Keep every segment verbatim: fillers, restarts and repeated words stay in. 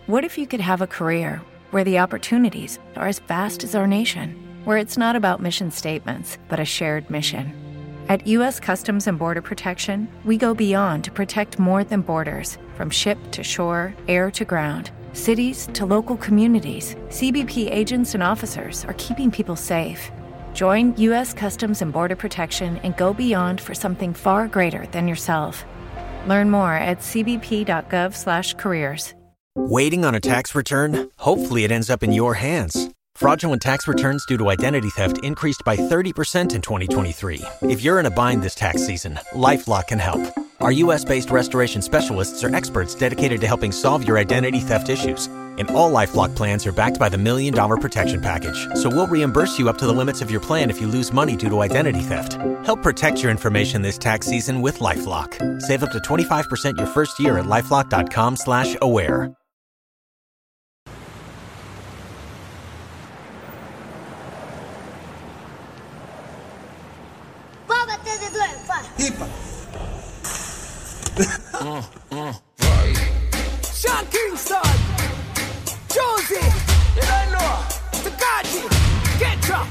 What if you could have a career where the opportunities are as vast as our nation, where it's not about mission statements, but a shared mission? At U S Customs and Border Protection, we go beyond to protect more than borders. From ship to shore, air to ground, cities to local communities, C B P agents and officers are keeping people safe. Join U S Customs and Border Protection and go beyond for something far greater than yourself. Learn more at cbp.gov slash careers. Waiting on a tax return? Hopefully it ends up in your hands. Fraudulent tax returns due to identity theft increased by thirty percent in twenty twenty-three. If you're in a bind this tax season, LifeLock can help. Our U S-based restoration specialists are experts dedicated to helping solve your identity theft issues. And all LifeLock plans are backed by the Million Dollar Protection Package. So we'll reimburse you up to the limits of your plan if you lose money due to identity theft. Help protect your information this tax season with LifeLock. Save up to twenty-five percent your first year at LifeLock.com slash aware. Hippa. uh, uh, vai. Sean Kingston, Josie, you don't know, Takaji, Ketra.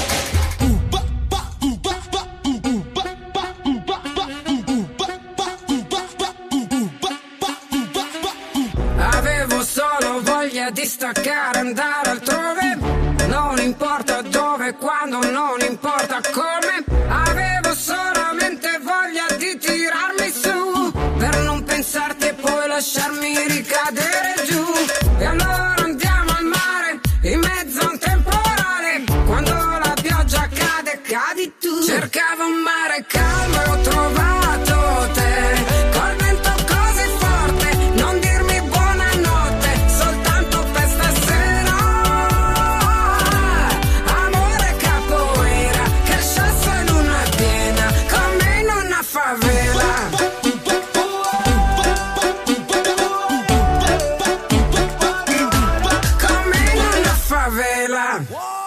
Avevo solo voglia di staccare, andare altrove, non importa dove, quando, non importa come. Avevo solamente voglia di tirarmi su, per non pensarti e poi lasciarmi ricadere giù. E allora andiamo al mare, in mezzo a un temporale, quando la pioggia cade, cadi tu. Cercavo un mare calmo e ho trovato te, col vento così forte, non dirmi buonanotte, soltanto per stasera. Amore capoeira, che scesso in luna piena, come in una favela. Come in una favela.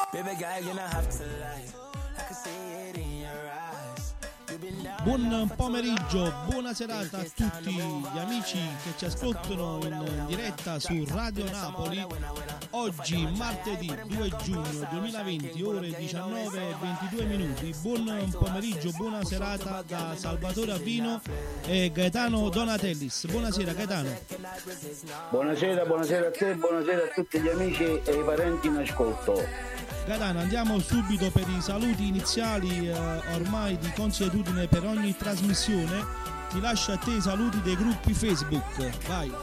Buon pomeriggio, buona serata a tutti gli amici che ci ascoltano in diretta su Radio Napoli. Oggi martedì due giugno duemilaventi, ore diciannove e ventidue minuti. Buon pomeriggio, buona serata da Salvatore Avvino e Gaetano Donatellis. Buonasera Gaetano. Buonasera, buonasera a te, buonasera a tutti gli amici e i parenti in ascolto. Gaetano, andiamo subito per i saluti iniziali, eh, ormai di consuetudine per ogni trasmissione. Ti lascio a te i saluti dei gruppi Facebook, vai.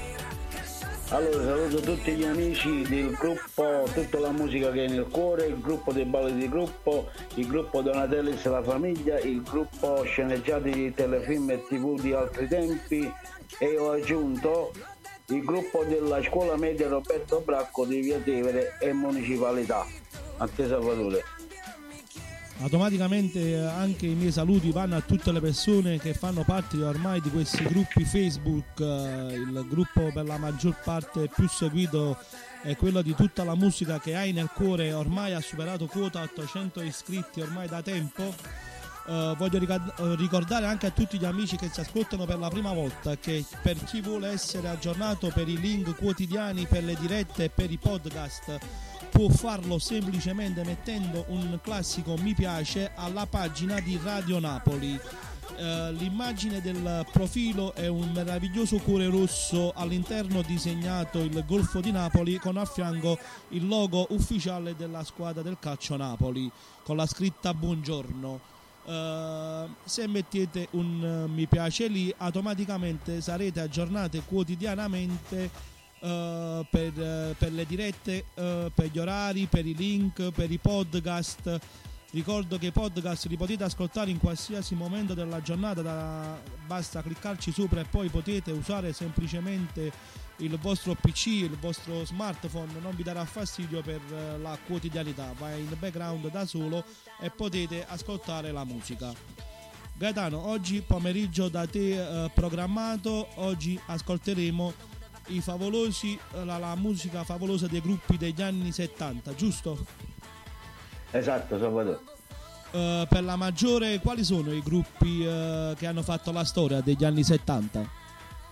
Allora saluto tutti gli amici del gruppo Tutta la musica che è nel cuore, il gruppo dei balli di gruppo, il gruppo Donatellis e la famiglia, il gruppo sceneggiati di telefilm e tv di altri tempi, e ho aggiunto il gruppo della scuola media Roberto Bracco di Via Tevere e Municipalità. A te Salvatore. Automaticamente anche i miei saluti vanno a tutte le persone che fanno parte ormai di questi gruppi Facebook. Il gruppo per la maggior parte più seguito è quello di Tutta la musica che hai nel cuore, ormai ha superato quota ottocento iscritti ormai da tempo. Uh, voglio ricordare anche a tutti gli amici che ci ascoltano per la prima volta che per chi vuole essere aggiornato per i link quotidiani, per le dirette e per i podcast, può farlo semplicemente mettendo un classico mi piace alla pagina di Radio Napoli. Uh, l'immagine del profilo è un meraviglioso cuore rosso, all'interno disegnato il Golfo di Napoli con a fianco il logo ufficiale della squadra del calcio Napoli con la scritta buongiorno. Uh, se mettete un uh, mi piace lì, automaticamente sarete aggiornate quotidianamente uh, per, uh, per le dirette, uh, per gli orari, per i link, per i podcast. Ricordo che i podcast li potete ascoltare in qualsiasi momento della giornata, da, basta cliccarci sopra e poi potete usare semplicemente il vostro P C, il vostro smartphone, non vi darà fastidio per uh, la quotidianità, va in background da solo e potete ascoltare la musica. Gaetano, oggi pomeriggio da te uh, programmato, oggi ascolteremo i favolosi, la, la musica favolosa dei gruppi degli anni settanta, giusto? Esatto, Salvatore. Uh, per la maggiore, quali sono i gruppi uh, che hanno fatto la storia degli anni settanta?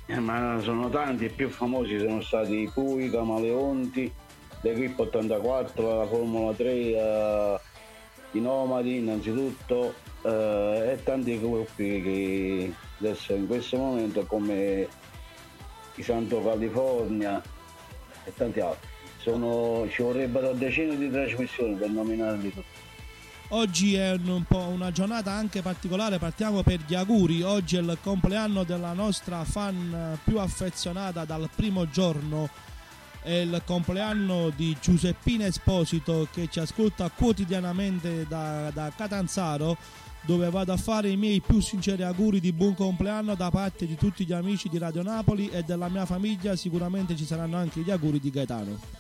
Eh, ma sono tanti, i più famosi sono stati i Pui, Camaleonti, l'Equipe ottantaquattro, la Formula tre, eh, i Nomadi innanzitutto, eh, e tanti gruppi che adesso in questo momento come i Santo California e tanti altri. Sono, ci vorrebbero decine di trasmissioni per nominarli tutti. Oggi è un po' una giornata anche particolare, partiamo per gli auguri. Oggi è il compleanno della nostra fan più affezionata dal primo giorno, è il compleanno di Giuseppina Esposito, che ci ascolta quotidianamente da, da Catanzaro, dove vado a fare i miei più sinceri auguri di buon compleanno da parte di tutti gli amici di Radio Napoli e della mia famiglia. Sicuramente ci saranno anche gli auguri di Gaetano.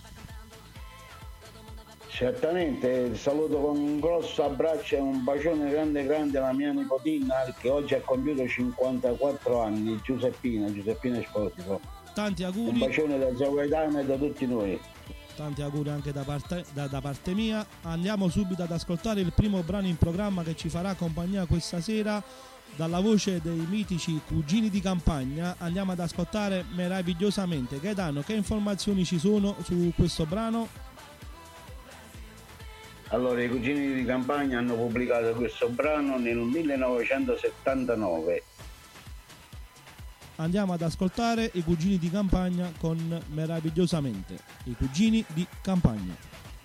Certamente, saluto con un grosso abbraccio e un bacione grande grande alla mia nipotina che oggi ha compiuto cinquantaquattro anni, Giuseppina, Giuseppina Esposito. Tanti auguri. Un bacione da zio Gaetano e da tutti noi. Tanti auguri anche da parte, da, da parte mia. Andiamo subito ad ascoltare il primo brano in programma che ci farà compagnia questa sera, dalla voce dei mitici Cugini di Campagna. Andiamo ad ascoltare Meravigliosamente. Gaetano, che informazioni ci sono su questo brano? Allora, i Cugini di Campagna hanno pubblicato questo brano nel millenovecentosettantanove. Andiamo ad ascoltare i Cugini di Campagna con Meravigliosamente. I Cugini di Campagna.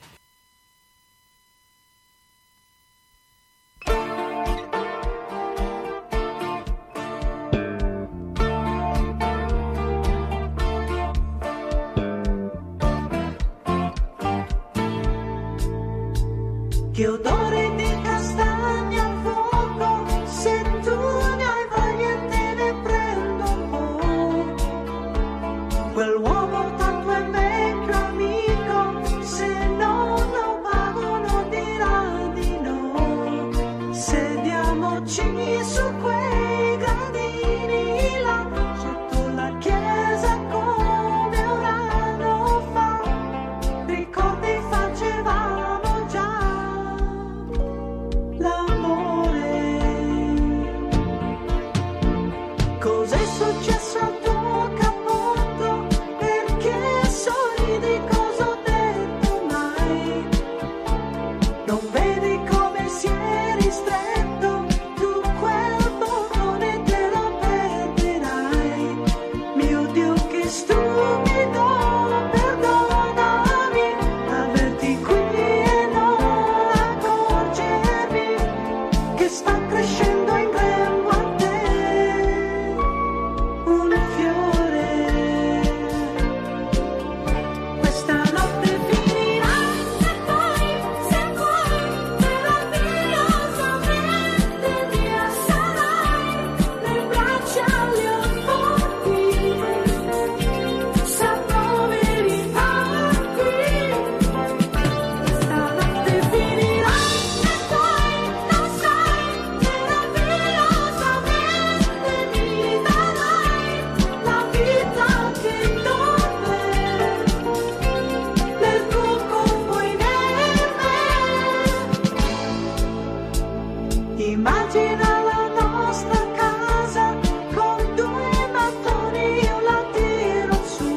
Che odore di castagna al fuoco, se tu ne hai voglia te ne prendo un po'. Quell'uomo tanto è vecchio amico, se non lo pago non dirà di no. Sediamoci su quei gradini là, sotto la chiesa come un anno fa, ricordi facevamo già l'amore. Cos'è successo al tuo cappotto? Perché sorridi, cosa ho detto mai? Non vedi come si è ristretto? Tu quel bottone te lo perderai. Mio Dio che stupido, perdonami, averti qui e non accorgermi che sta crescendo in grembo a te un fiore. Questa notte finirà e poi, se vuoi, meravigliosamente mia sarai, le braccia le forti, saprò verità qui. Questa notte finirà e poi, lo sai, meravigliosamente mi darai la vita che dorme nel tuo corpo in me. Immagina la nostra casa con due mattoni, io la tiro su.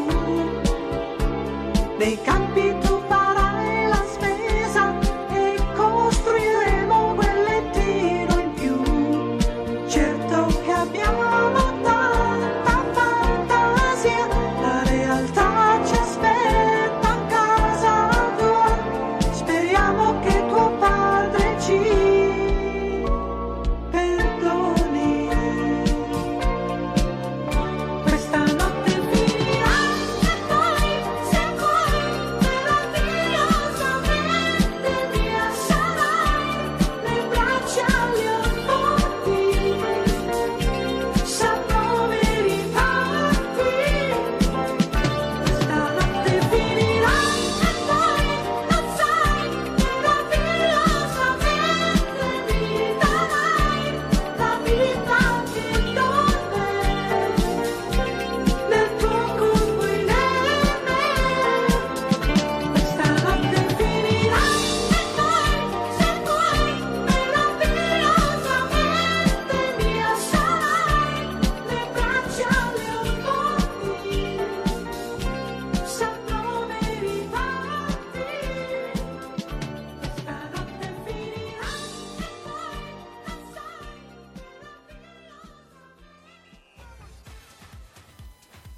Nei campi tu farai la spesa e costruiremo quel lettino in più. Certo che abbiamo tanta fantasia, la realtà ci aspetta a casa tua. Speriamo che tuo padre ci perdoni. Questa notte finirà e poi, se vuoi,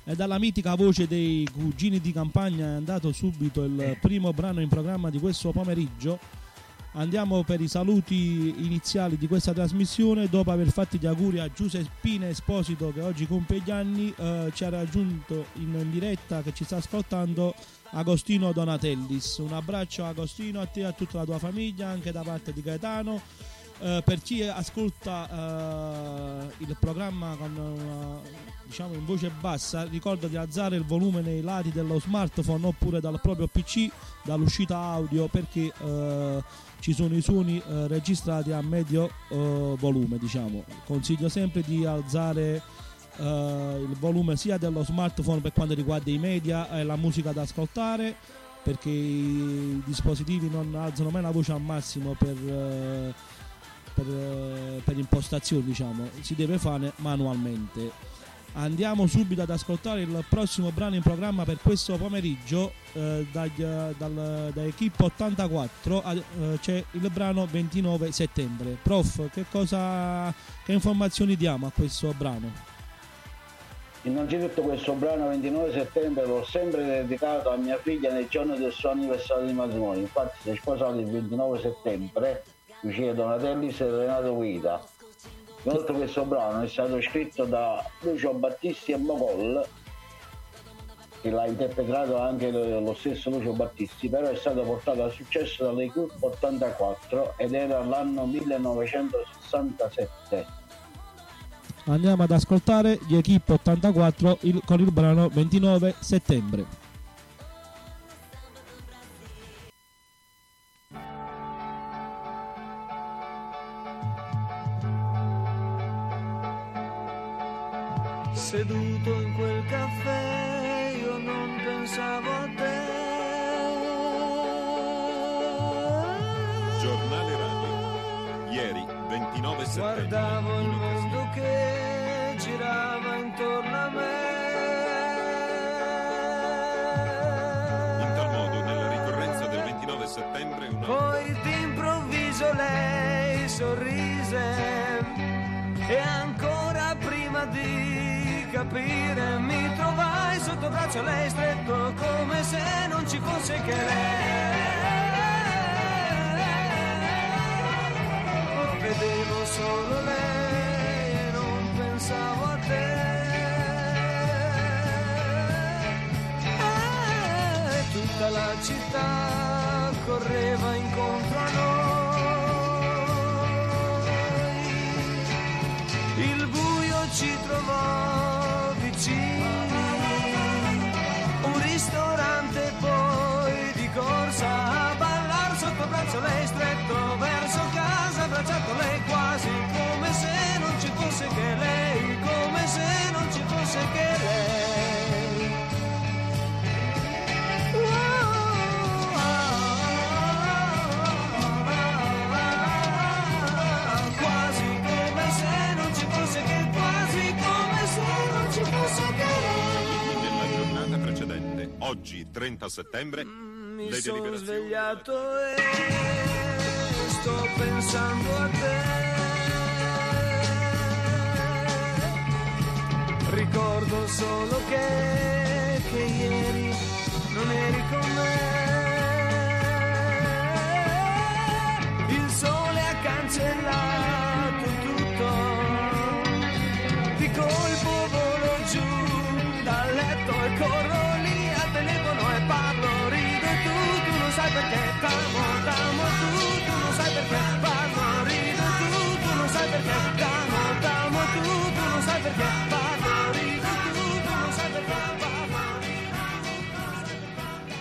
E dalla mitica voce dei Cugini di Campagna è andato subito il primo brano in programma di questo pomeriggio. Andiamo per i saluti iniziali di questa trasmissione. Dopo aver fatto gli auguri a Giuseppina Esposito, che oggi compie gli anni, eh, ci ha raggiunto in diretta, che ci sta ascoltando, Agostino Donatellis. Un abbraccio Agostino, a te e a tutta la tua famiglia, anche da parte di Gaetano. Uh, per chi ascolta uh, il programma con uh, diciamo in voce bassa, ricordo di alzare il volume nei lati dello smartphone oppure dal proprio P C, dall'uscita audio, perché uh, ci sono i suoni uh, registrati a medio uh, volume, diciamo. Consiglio sempre di alzare uh, il volume sia dello smartphone per quanto riguarda i media e la musica da ascoltare, perché i dispositivi non alzano mai la voce al massimo per uh, Per, per impostazioni, diciamo, si deve fare manualmente. Andiamo subito ad ascoltare il prossimo brano in programma per questo pomeriggio. eh, dagli, dal, da Equipe ottantaquattro eh, c'è il brano ventinove settembre. Prof, che cosa, che informazioni diamo a questo brano? Innanzitutto questo brano ventinove settembre l'ho sempre dedicato a mia figlia nel giorno del suo anniversario di matrimonio. Infatti si è sposato il ventinove settembre, Lucia Donatellis e Renato Guida. Inoltre questo brano è stato scritto da Lucio Battisti e Mogol, che l'ha interpretato anche lo stesso Lucio Battisti, però è stato portato a successo dall'Equipe ottantaquattro ed era l'anno millenovecentosessantasette. Andiamo ad ascoltare gli Equipe ottantaquattro il, con il brano ventinove settembre. Seduto in quel caffè io non pensavo a te. Giornale radio, ieri ventinove settembre. Guardavo il mondo che girava intorno a me. In tal modo, nella ricorrenza del ventinove settembre, una... Poi d'improvviso lei sorrise e ancora prima di capire mi trovai sotto braccio lei stretto come se non ci fosse che lei. Vedevo solo lei e non pensavo a te. E tutta la città correva incontro a noi. Il buio ci trovò vicini, un ristorante poi di corsa a ballar sotto braccio lei stretto verso casa, abbracciato lei quasi come se non ci fosse che lei, come se non ci fosse che lei. Quasi come se non ci fosse che, quasi come se non ci fosse che lei. Nella giornata precedente, oggi trenta settembre, Mi le sono deliberazioni... svegliato e sto pensando a te. Ricordo solo che, che ieri non eri con me. Il sole ha cancellato tutto, di colpo volo giù dal letto e corro lì al telefono e parlo, rido e tu, tu non sai perché t'amo, t'amo tu, tu non sai perché parlo, rido e tu, tu non sai perché t'amo, t'amo tu, tu non sai perché parlo, rido e tu, tu non sai perché parlo, rido e tu, tu non sai perché parlo.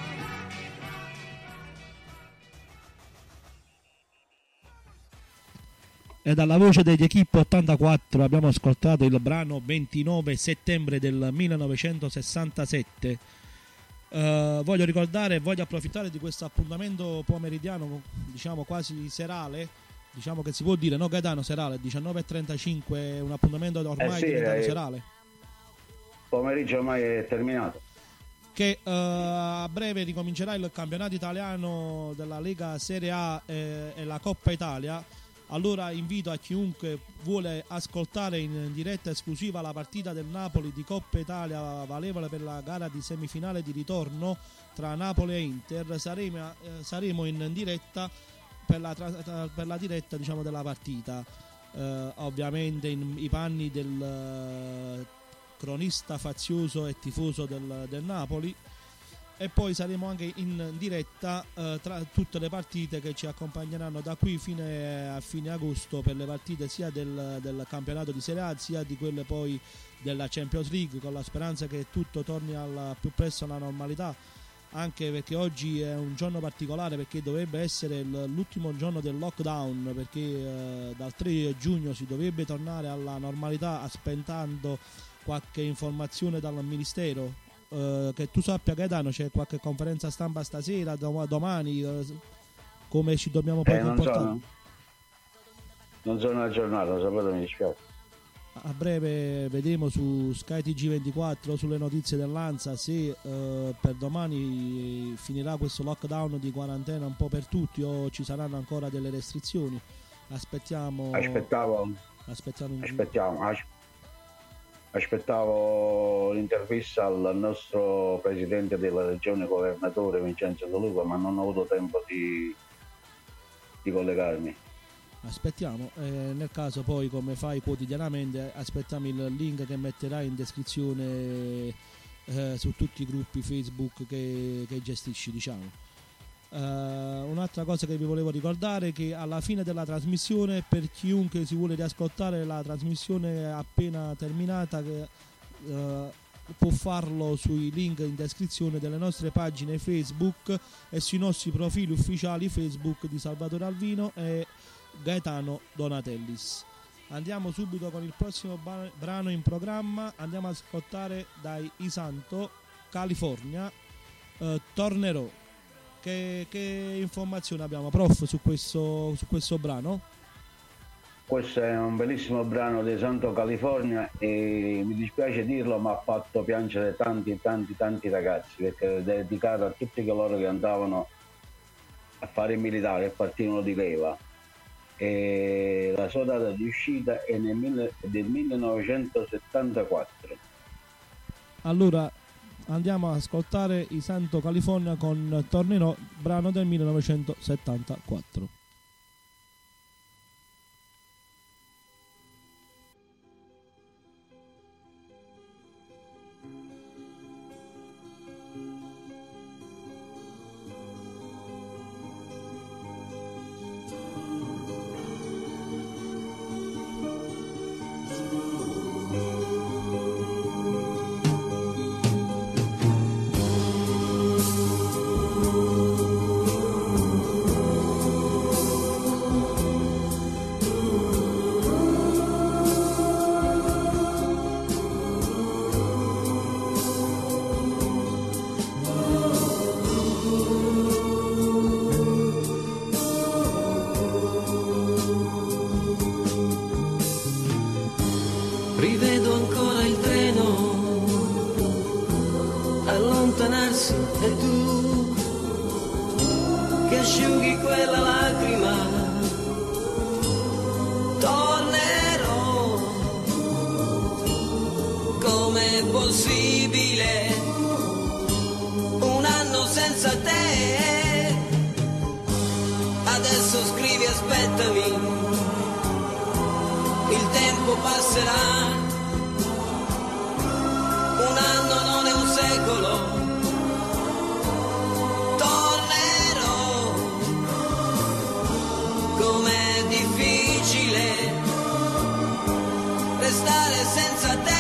E dalla voce degli Equipe ottantaquattro abbiamo ascoltato il brano ventinove settembre del millenovecentosessantasette. Uh, voglio ricordare e voglio approfittare di questo appuntamento pomeridiano, diciamo quasi serale, diciamo che si può dire, no Gaetano, serale, diciannove e trentacinque, un appuntamento ormai Eh sì, diventato eh, serale. Pomeriggio ormai è terminato. Che uh, a breve ricomincerà il campionato italiano della Lega Serie A e, e la Coppa Italia. Allora invito a chiunque vuole ascoltare in diretta esclusiva la partita del Napoli di Coppa Italia valevole per la gara di semifinale di ritorno tra Napoli e Inter. Saremo, eh, saremo in diretta per la, tra, per la diretta, diciamo, della partita, eh, ovviamente in i panni del eh, cronista fazioso e tifoso del, del Napoli. E poi saremo anche in diretta eh, tra tutte le partite che ci accompagneranno da qui fine a fine agosto, per le partite sia del, del campionato di Serie A sia di quelle poi della Champions League, con la speranza che tutto torni al più presto alla normalità, anche perché oggi è un giorno particolare, perché dovrebbe essere l'ultimo giorno del lockdown, perché eh, dal tre giugno si dovrebbe tornare alla normalità, aspettando qualche informazione dal Ministero. Uh, che tu sappia, Gaetano, c'è qualche conferenza stampa stasera, dom- domani, uh, come ci dobbiamo poi eh, non comportare? Sono, non sono aggiornato, sapevo, mi dispiace. A breve vedremo su Sky T G ventiquattro, sulle notizie dell'Ansa, se uh, per domani finirà questo lockdown di quarantena un po' per tutti o ci saranno ancora delle restrizioni. Aspettiamo. Aspettavo. Aspettiamo. In... Aspettiamo. As- Aspettavo l'intervista al nostro presidente della regione, governatore Vincenzo De Luca, ma non ho avuto tempo di, di collegarmi. Aspettiamo, eh, nel caso poi, come fai quotidianamente, aspettiamo il link che metterai in descrizione eh, su tutti i gruppi Facebook che, che gestisci, diciamo. Uh, un'altra cosa che vi volevo ricordare è che alla fine della trasmissione, per chiunque si vuole riascoltare la trasmissione appena terminata, che, uh, può farlo sui link in descrizione delle nostre pagine Facebook e sui nostri profili ufficiali Facebook di Salvatore Alvino e Gaetano Donatellis. Andiamo subito con il prossimo ba- brano in programma. Andiamo ad ascoltare dai Isanto, California, uh, Tornerò. Che, che informazioni abbiamo, prof, su questo, su questo brano? Questo è un bellissimo brano di Santo California e mi dispiace dirlo, ma ha fatto piangere tanti tanti tanti ragazzi, perché è dedicato a tutti coloro che andavano a fare il militare e partivano di leva. E la sua data di uscita è nel mille, del millenovecentosettantaquattro. Allora andiamo ad ascoltare i Santo California con Tornerò, brano del millenovecentosettantaquattro. Rivedo ancora il treno allontanarsi e tu che asciughi quella lacrima. Tornerò, com'è possibile un anno senza te? Adesso scrivi aspettami, il tempo passerà, un anno non è un secolo, tornerò, com'è difficile restare senza te.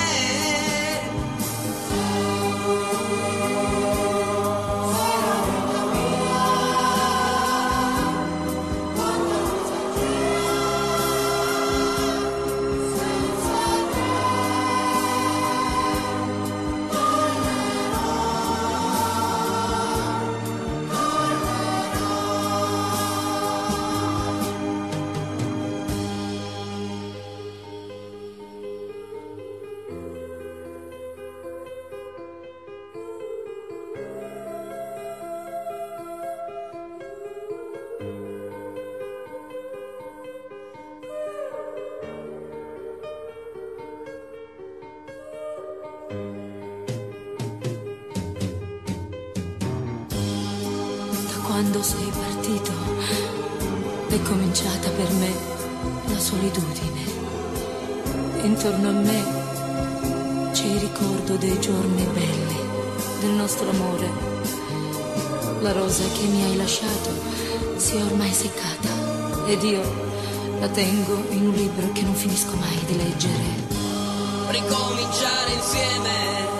quando sei partito è cominciata per me la solitudine. Intorno a me c'è il ricordo dei giorni belli, del nostro amore. La rosa che mi hai lasciato si è ormai seccata ed io la tengo in un libro che non finisco mai di leggere. Ricominciare insieme,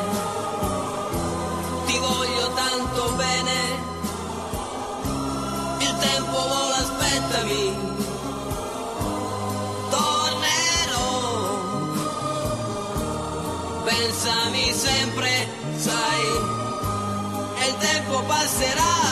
ti voglio tanto bene, il tempo vola, aspettami, tornerò, pensami sempre, sai, e il tempo passerà.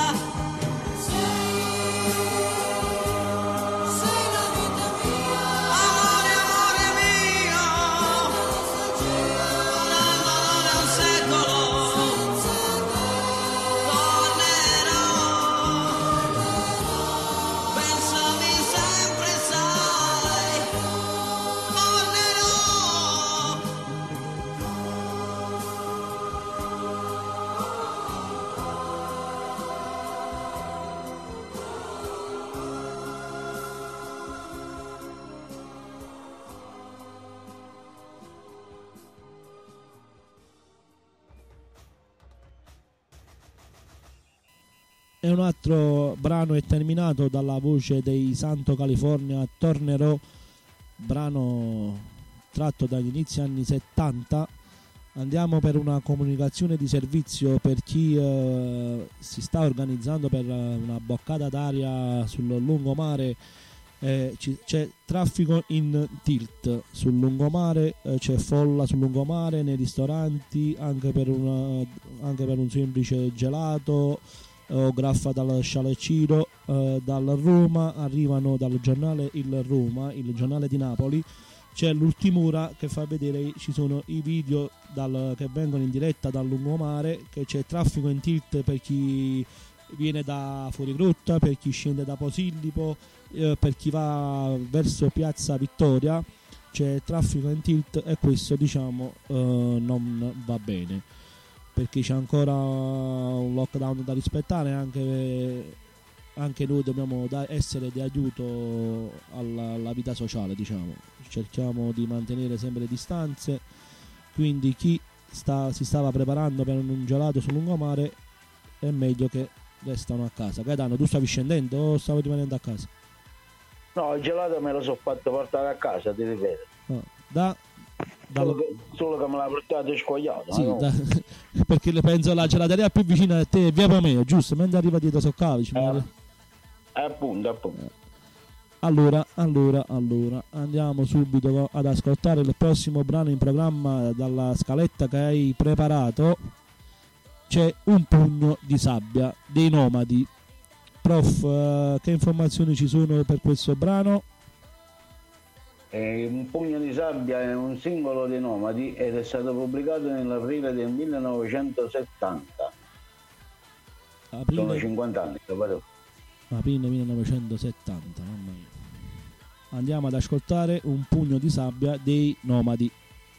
E un altro brano è terminato dalla voce dei Santo California, Tornerò, brano tratto dagli inizi anni settanta. Andiamo per una comunicazione di servizio per chi eh, si sta organizzando per una boccata d'aria sul lungomare. Eh, ci, c'è traffico in tilt sul lungomare, eh, c'è folla sul lungomare, nei ristoranti, anche per, una, anche per un semplice gelato o graffa dal Scialeciro. Eh, dal Roma arrivano, dal giornale Il Roma, il giornale di Napoli, c'è l'ultim'ora che fa vedere, ci sono i video dal, che vengono in diretta dal lungomare, che c'è traffico in tilt per chi viene da Fuorigrotta, per chi scende da Posillipo, eh, per chi va verso Piazza Vittoria c'è traffico in tilt, e questo diciamo eh, non va bene, perché c'è ancora un lockdown da rispettare. Anche, anche noi dobbiamo da essere di aiuto alla, alla vita sociale, diciamo, cerchiamo di mantenere sempre le distanze, quindi chi sta, si stava preparando per un gelato sul lungomare è meglio che restano a casa. Gaetano, tu stavi scendendo o stavi rimanendo a casa? No, il gelato me lo sono fatto portare a casa, ti ripeto. No, da Solo che, solo che me l'ha portato scogliato, sì, no? da, perché le penso la gelateria più vicina a te è via Pomeo, giusto? Mentre arriva dietro Soccavici. Eh, eh, appunto, appunto. Eh. Allora, allora, allora, andiamo subito ad ascoltare il prossimo brano in programma dalla scaletta che hai preparato. C'è Un pugno di sabbia dei Nomadi. Prof, eh, che informazioni ci sono per questo brano? Eh, Un pugno di sabbia è un singolo dei Nomadi ed è stato pubblicato nell'aprile del millenovecentosettanta. Aprile... Sono cinquanta anni, capito? Aprile millenovecentosettanta, mamma mia. Andiamo ad ascoltare Un pugno di sabbia dei Nomadi.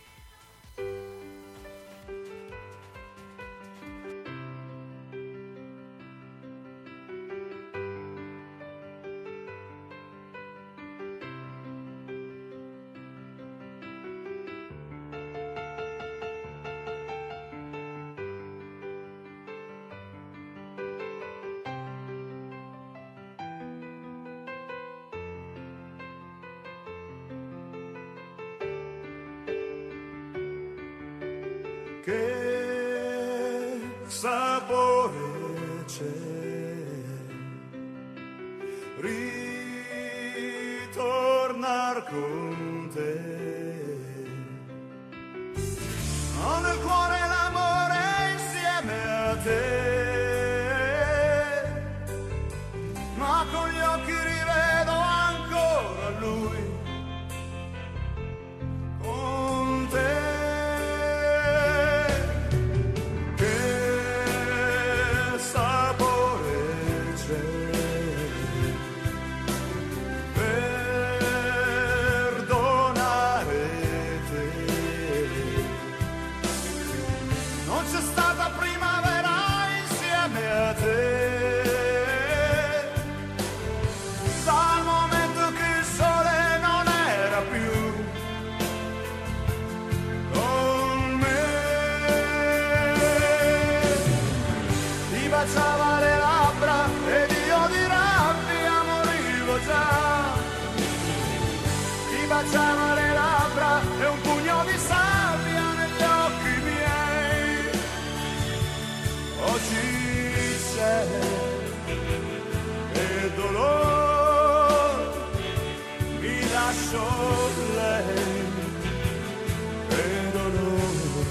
Che sapore c'è ritornar con te, ho nel cuore l'amore insieme a te, ma con gli occhi rivedo ancora lui, con te. Non c'è stata primavera baciava le labbra ed io di rabbia morivo già. Ti baciava le labbra e un pugno di sabbia negli occhi miei. Oggi c'è e dolore, mi lascio lei e dolore.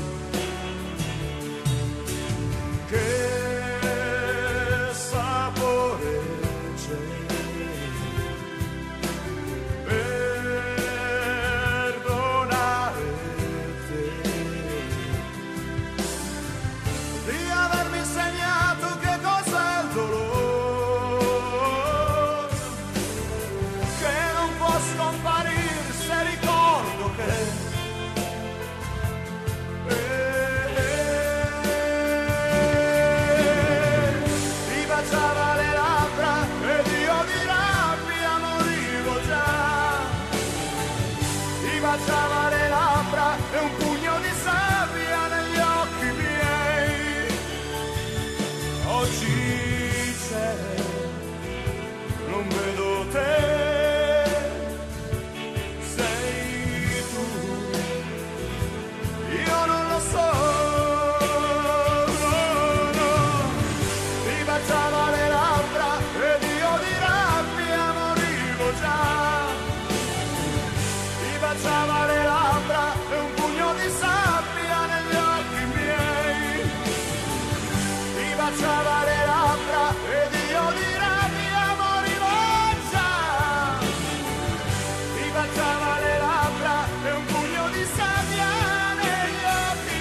Che sapore c'è perdonare te, di avermi insegnato che cos'è il dolore, che non può scomparire se ricordo che baciava le labbra e un pugno di sabbia negli occhi miei. Oggi c'è, non vedo te, sei tu, io non lo so, no, no. Ti baciava le labbra ed io di rabbia morivo già. Baciava le labbra e un pugno di sabbia negli occhi miei. Ti baciava le labbra ed io di rabbia morivo già. Ti baciava le labbra e un pugno di sabbia negli occhi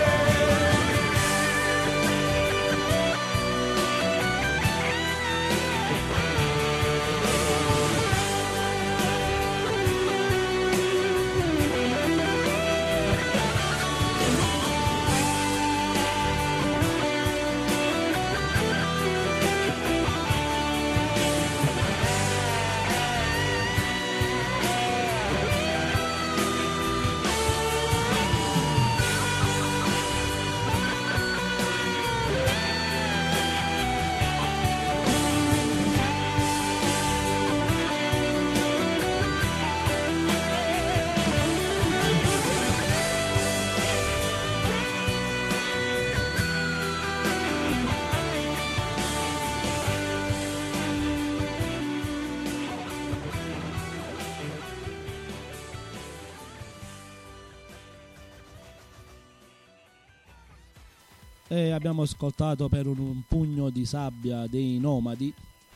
E abbiamo ascoltato Per un, un pugno di sabbia dei Nomadi.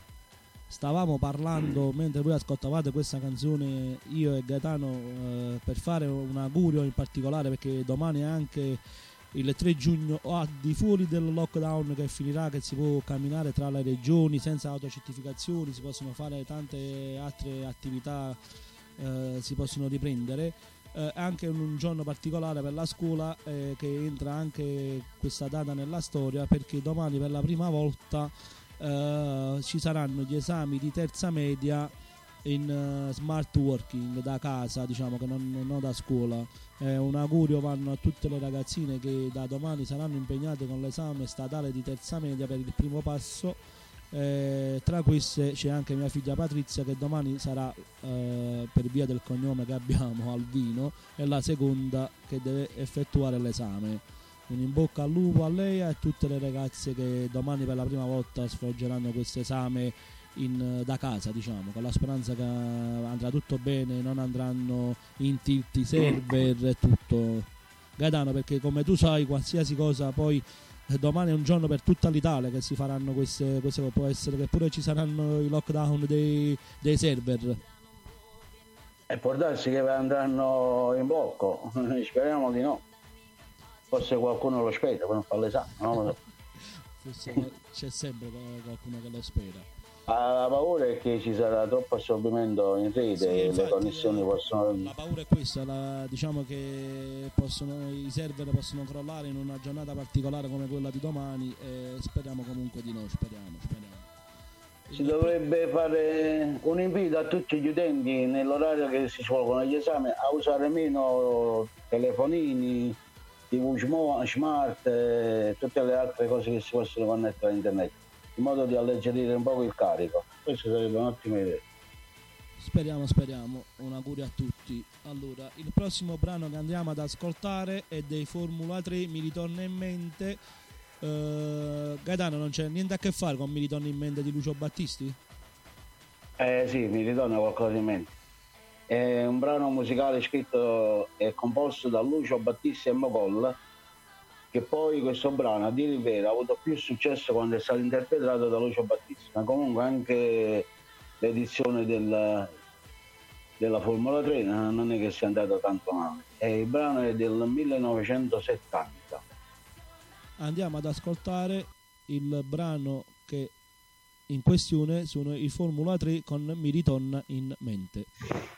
Stavamo parlando mentre voi ascoltavate questa canzone, io e Gaetano, eh, per fare un augurio in particolare, perché domani è anche il tre giugno, al di fuori del lockdown che finirà, che si può camminare tra le regioni senza autocertificazioni, si possono fare tante altre attività, eh, si possono riprendere. Eh, anche un giorno particolare per la scuola, eh, che entra anche questa data nella storia, perché domani per la prima volta eh, ci saranno gli esami di terza media in uh, smart working, da casa, diciamo, che non, non da scuola. Eh, un augurio vanno a tutte le ragazzine che da domani saranno impegnate con l'esame statale di terza media per il primo passo. Eh, tra queste c'è anche mia figlia Patrizia, che domani sarà, eh, per via del cognome che abbiamo, Alvino, è la seconda che deve effettuare l'esame. Un in bocca al lupo a lei e a tutte le ragazze che domani per la prima volta svolgeranno questo esame in, da casa, diciamo, con la speranza che andrà tutto bene, non andranno in tilt i server e tutto. Gaetano, perché come tu sai, qualsiasi cosa poi domani è un giorno per tutta l'Italia che si faranno queste, queste può essere che pure ci saranno i lockdown dei, dei server, e può darsi che andranno in blocco. Speriamo di no, forse qualcuno lo spera per non fare l'esame, no? C'è sempre qualcuno che lo spera. La paura è che ci sarà troppo assorbimento in rete, sì, e le connessioni possono... La paura è questa, la, diciamo che possono, i server possono crollare in una giornata particolare come quella di domani, e speriamo comunque di no, speriamo, speriamo. Si dovrebbe fare un invito a tutti gli utenti nell'orario che si svolgono gli esami a usare meno telefonini, tivù smart e tutte le altre cose che si possono connettere a internet, in modo di alleggerire un po' il carico. Questa sarebbe un'ottima idea. Speriamo, speriamo, un augurio a tutti. Allora, il prossimo brano che andiamo ad ascoltare è dei Formula tre, Mi ritorna in mente. Uh, Gaetano, non c'è niente a che fare con Mi ritorna in mente di Lucio Battisti? Eh sì, mi ritorna qualcosa in mente. È un brano musicale scritto e composto da Lucio Battisti e Mogol, che poi questo brano, a dire il vero, ha avuto più successo quando è stato interpretato da Lucio Battisti, ma comunque anche l'edizione del, della Formula tre non è che sia andata tanto male. E il brano è del millenovecentosettanta. Andiamo ad ascoltare il brano che in questione sono i Formula tre con Mi ritorna in mente.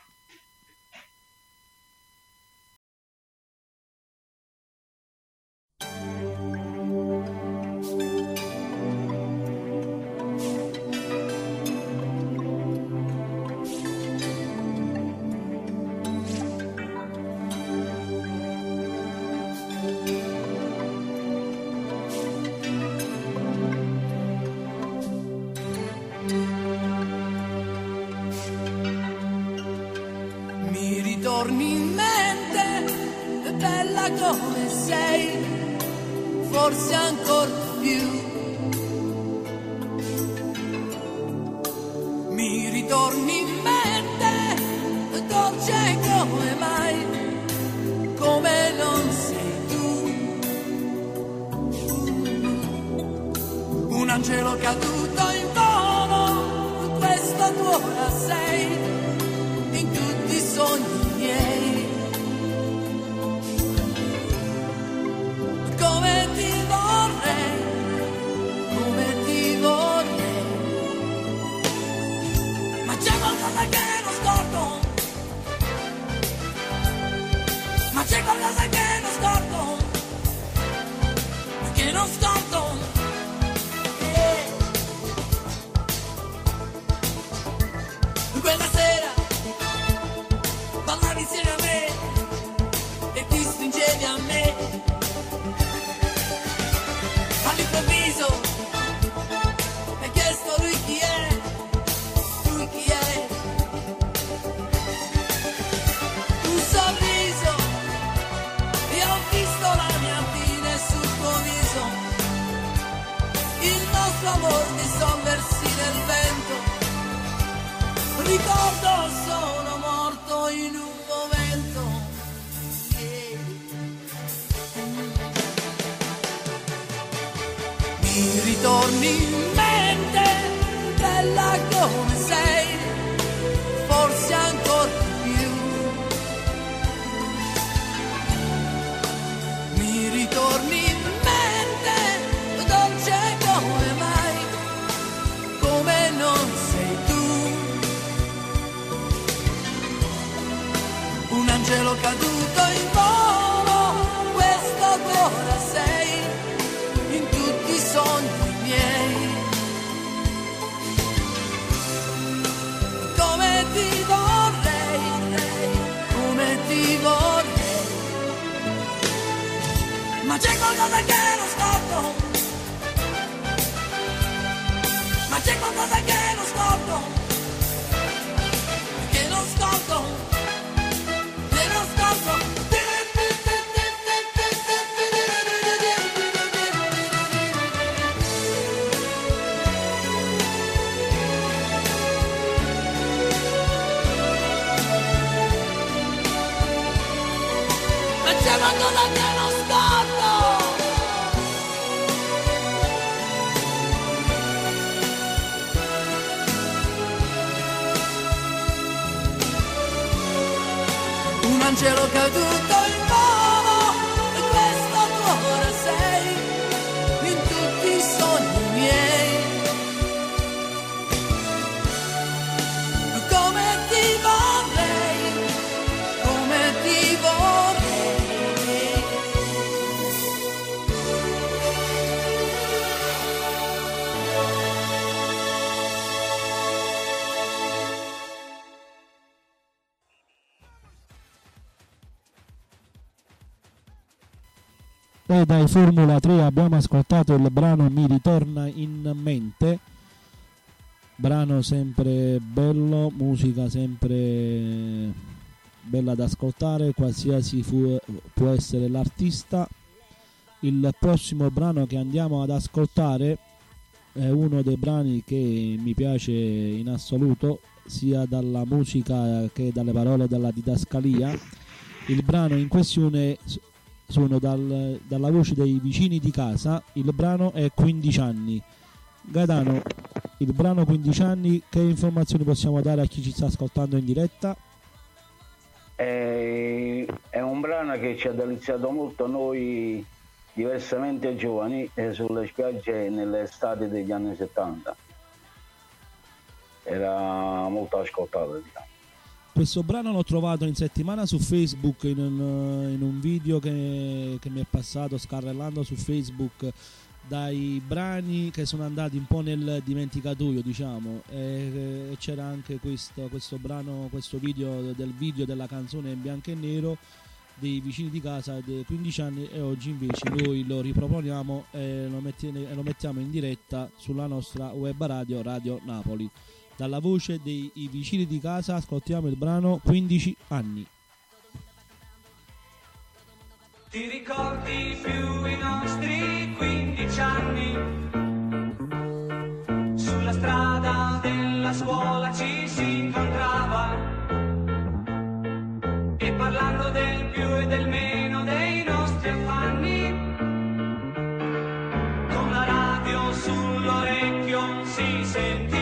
Torni in mente, bella come sei, forse ancora più. Mi ritorni in mente, dolce come mai, come non sei tu. Un angelo caduto in volo, questa tua ora sei, in tutti i sogni miei. Come ti vorrei, come ti vorrei, ma c'è qualcosa che non scordo, ma c'è qualcosa che non scordo, che non scordo. Eh. Quella sera parlavi insieme a me e ti stringevi a me. All'improvviso mi hai chiesto lui chi è, lui chi è. Un sorriso e ho visto la mia fine sul tuo viso. Il nostro amor dissolversi nel vento. Ricordo sono morto in un momento. Yeah. Mi ritorni in mente, bella come sei, forse ancora più. Mi ritorni in mente, dolce come mai, come non sei tu. Un angelo caduto in volo, questa ora sei, in tutti i sogni miei. Come ti vorrei, come ti vorrei, ma c'è qualcosa che non scordo, ma c'è qualcosa che non scordo, che non scordo. Qualcosa che non scordo. Un angelo caduto in volo e questa tua ora sei, in tutti i sogni miei. Come ti vorrei, come ti vorrei. E dai Formula tre abbiamo ascoltato il brano Mi ritorna in mente, brano sempre bello, musica sempre bella da ascoltare, qualsiasi fu, può essere l'artista. Il prossimo brano che andiamo ad ascoltare è uno dei brani che mi piace in assoluto, sia dalla musica che dalle parole della didascalia. Il brano in questione sono dal, dalla voce dei vicini di casa, il brano è quindici anni. Gaetano, il brano quindici anni, che informazioni possiamo dare a chi ci sta ascoltando in diretta? È, è un brano che ci ha deliziato molto noi diversamente giovani eh, sulle spiagge nelle estati degli anni settanta. Era molto ascoltato, diciamo. Questo brano l'ho trovato in settimana su Facebook in un, in un video che, che mi è passato scarrellando su Facebook dai brani che sono andati un po' nel dimenticatoio, diciamo, e, e c'era anche questo, questo brano, questo video del video della canzone in bianco e nero dei vicini di casa dei quindici anni, e oggi invece noi lo riproponiamo e lo, metti- e lo mettiamo in diretta sulla nostra web radio Radio Napoli. Dalla voce dei vicini di casa ascoltiamo il brano quindici anni. Ti ricordi più i nostri quindici anni? Sulla strada della scuola ci si incontrava e parlando del più e del meno dei nostri affanni, con la radio sull'orecchio si sentiva.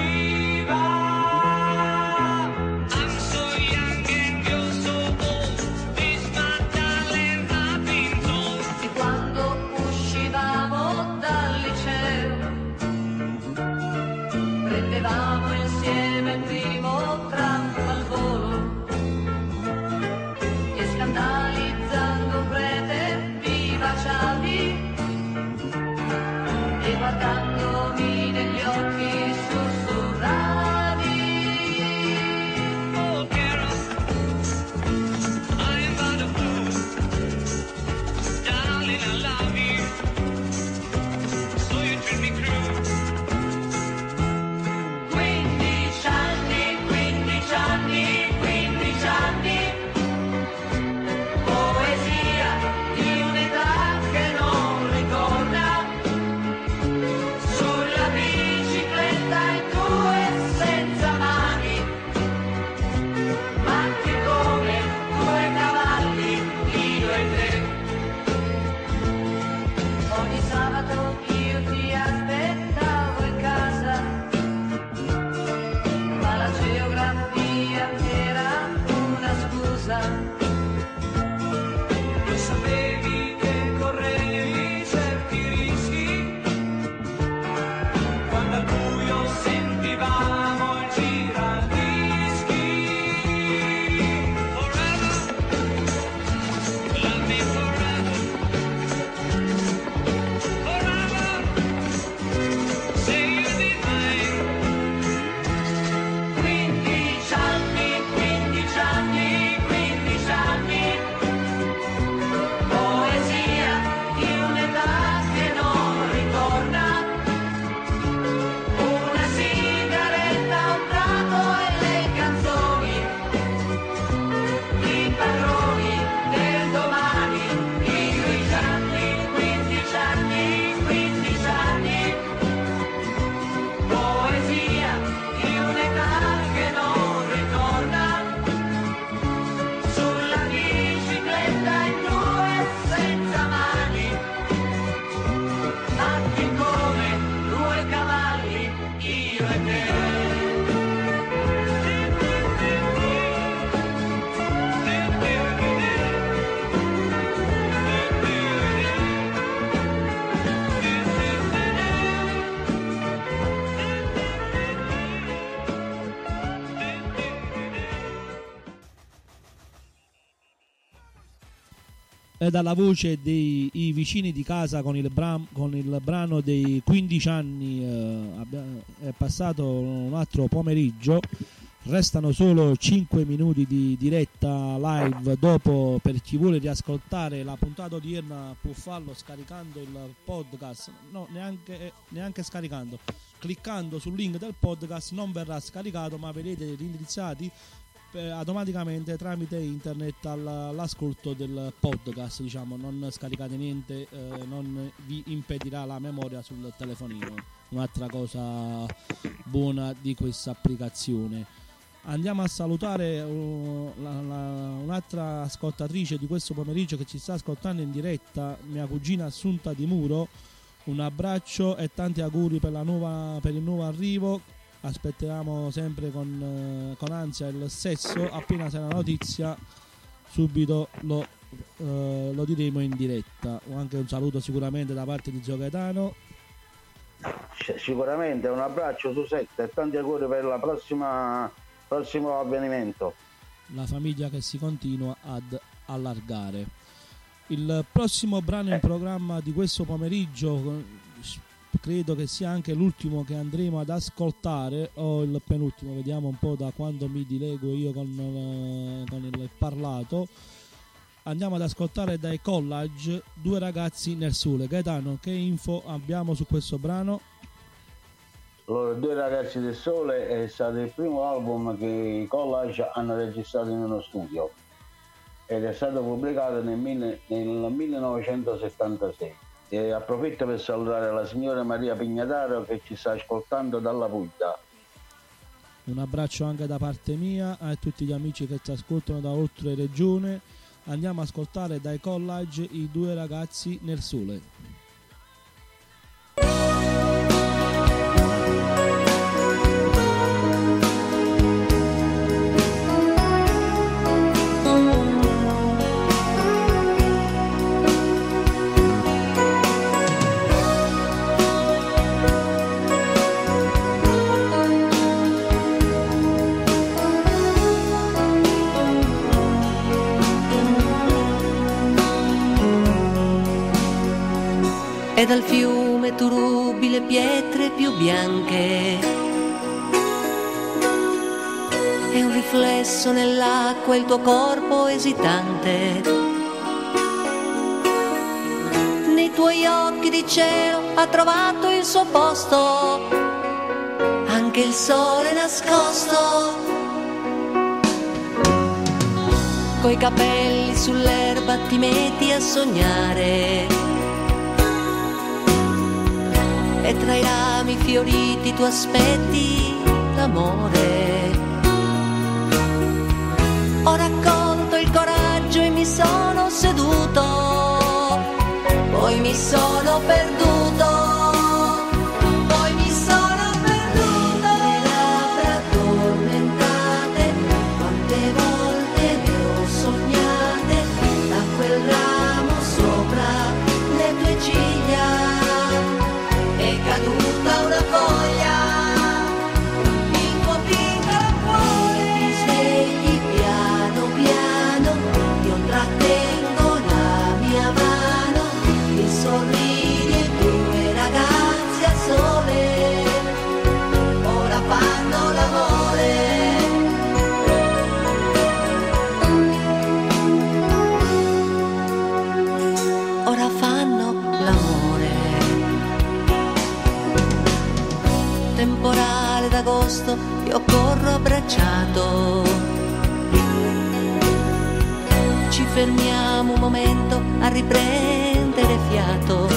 Guardandomi negli occhi sussurravi, oh Carol, I am but a fool, darling I love you, so you treat me cruel. quindici anni, quindici anni, quindici anni, poesia di un'età che non ritorna. Sulla bicicletta in due senza mani, macchie come due cavalli, io e te. Ogni sabato io ti aspettavo in casa, ma la geografia era una scusa. Lo sapevi che correvi certi rischi, quando al buio sentivamo il giradischi. Forever, love me forever. Forever, say you'll be mine. quindici anni, quindici anni, quindici anni, poesia di un'età che non ritorna. Una sigaretta, un prato e le canzoni, i padroni del domani, io i gianni, quindici anni, quindici anni, poesia di un'età che non ritorna. Sulla bicicletta in due senza mani, macchie come due cavalli, io e te. È dalla voce dei i vicini di casa con il, bram, con il brano dei quindici anni. Eh, abbia, è passato un altro pomeriggio Restano solo cinque minuti di diretta live. Dopo, per chi vuole riascoltare la puntata odierna, può farlo scaricando il podcast, no, neanche, neanche scaricando, cliccando sul link del podcast. Non verrà scaricato, ma vedete indirizzati eh, automaticamente tramite internet all'ascolto del podcast. Diciamo, non scaricate niente, eh, non vi impedirà la memoria sul telefonino. Un'altra cosa buona di questa applicazione. Andiamo a salutare uh, la, la, un'altra ascoltatrice di questo pomeriggio che ci sta ascoltando in diretta, mia cugina Assunta Di Muro. Un abbraccio e tanti auguri per, la nuova, per il nuovo arrivo. Aspettiamo sempre con, uh, con ansia il sesso. Appena c'è la notizia subito lo, uh, lo diremo in diretta. Anche un saluto sicuramente da parte di Zio Gaetano. Sicuramente un abbraccio su sette e tanti auguri per la prossima prossimo avvenimento. La famiglia che si continua ad allargare. Il prossimo brano in programma di questo pomeriggio credo che sia anche l'ultimo che andremo ad ascoltare, o il penultimo, vediamo un po' da quando mi dilego io con, con il parlato. Andiamo ad ascoltare dai Collage, Due ragazzi nel sole. Gaetano, che info abbiamo su questo brano? Allora, Due ragazzi del sole è stato il primo album che i Collage hanno registrato in uno studio ed è stato pubblicato nel, mille, nel millenovecentosettantasei. E approfitto per salutare la signora Maria Pignataro che ci sta ascoltando dalla Puglia. Un abbraccio anche da parte mia a tutti gli amici che ci ascoltano da oltre regione. Andiamo a ascoltare dai Collage I Due ragazzi nel sole. E dal fiume tu rubi le pietre più bianche e un riflesso nell'acqua il tuo corpo esitante. Nei tuoi occhi di cielo ha trovato il suo posto anche il sole nascosto. Coi capelli sull'erba ti metti a sognare e tra i rami fioriti tu aspetti l'amore. Ho raccolto il coraggio e mi sono seduto, poi mi sono perduto, poi mi sono perduto. Le labbra addormentate, quante volte le ho sognate, da quel ramo sopra le tue ciglia è caduta una foglia, il tuo piccolo cuore. Ti svegli piano piano, io trattengo la mia mano, mi sorridi e due ragazzi al sole, ora fanno l'amore. Ora fanno l'amore. Temporale d'agosto, io corro abbracciato. Ci fermiamo un momento a riprendere fiato.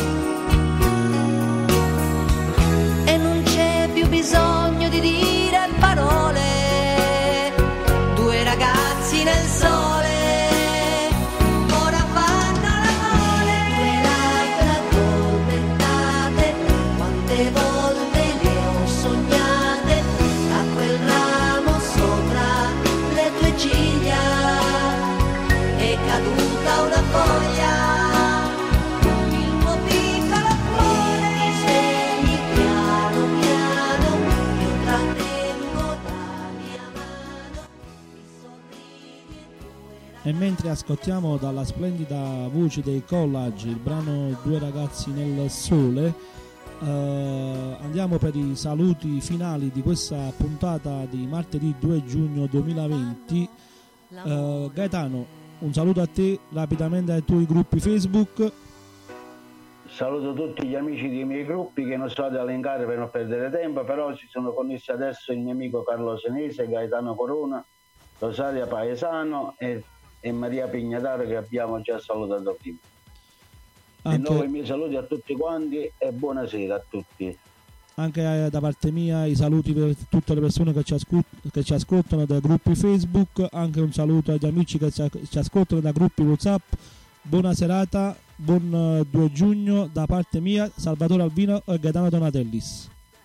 E non c'è più bisogno di dire parole. Due ragazzi nel sole. Ora fanno l'amore. Due labbra addormentate, quante volte sognate, a quel ramo sopra le tue ciglia è caduta una foglia, il tuo piccolo cuore. Ti svegli piano piano, io trattengo la mia mano, mi sorridi e due. E mentre ascoltiamo dalla splendida voce dei Collage il brano Due ragazzi nel sole, Uh, andiamo per i saluti finali di questa puntata di martedì due giugno duemilaventi. uh, Gaetano, un saluto a te rapidamente ai tuoi gruppi Facebook. Saluto tutti gli amici dei miei gruppi che non so ad elencare per non perdere tempo, però ci sono connessi adesso il mio amico Carlo Senese, Gaetano Corona, Rosaria Paesano e, e Maria Pignataro, che abbiamo già salutato prima. Anche... Di nuovo i miei saluti a tutti quanti e buonasera a tutti. Anche da parte mia i saluti per tutte le persone che ci, ascol- che ci ascoltano dai gruppi Facebook, anche un saluto agli amici che ci, ci ascoltano da gruppi WhatsApp. Buona serata, buon due giugno da parte mia, Salvatore Alvino e Gaetano Donatellis.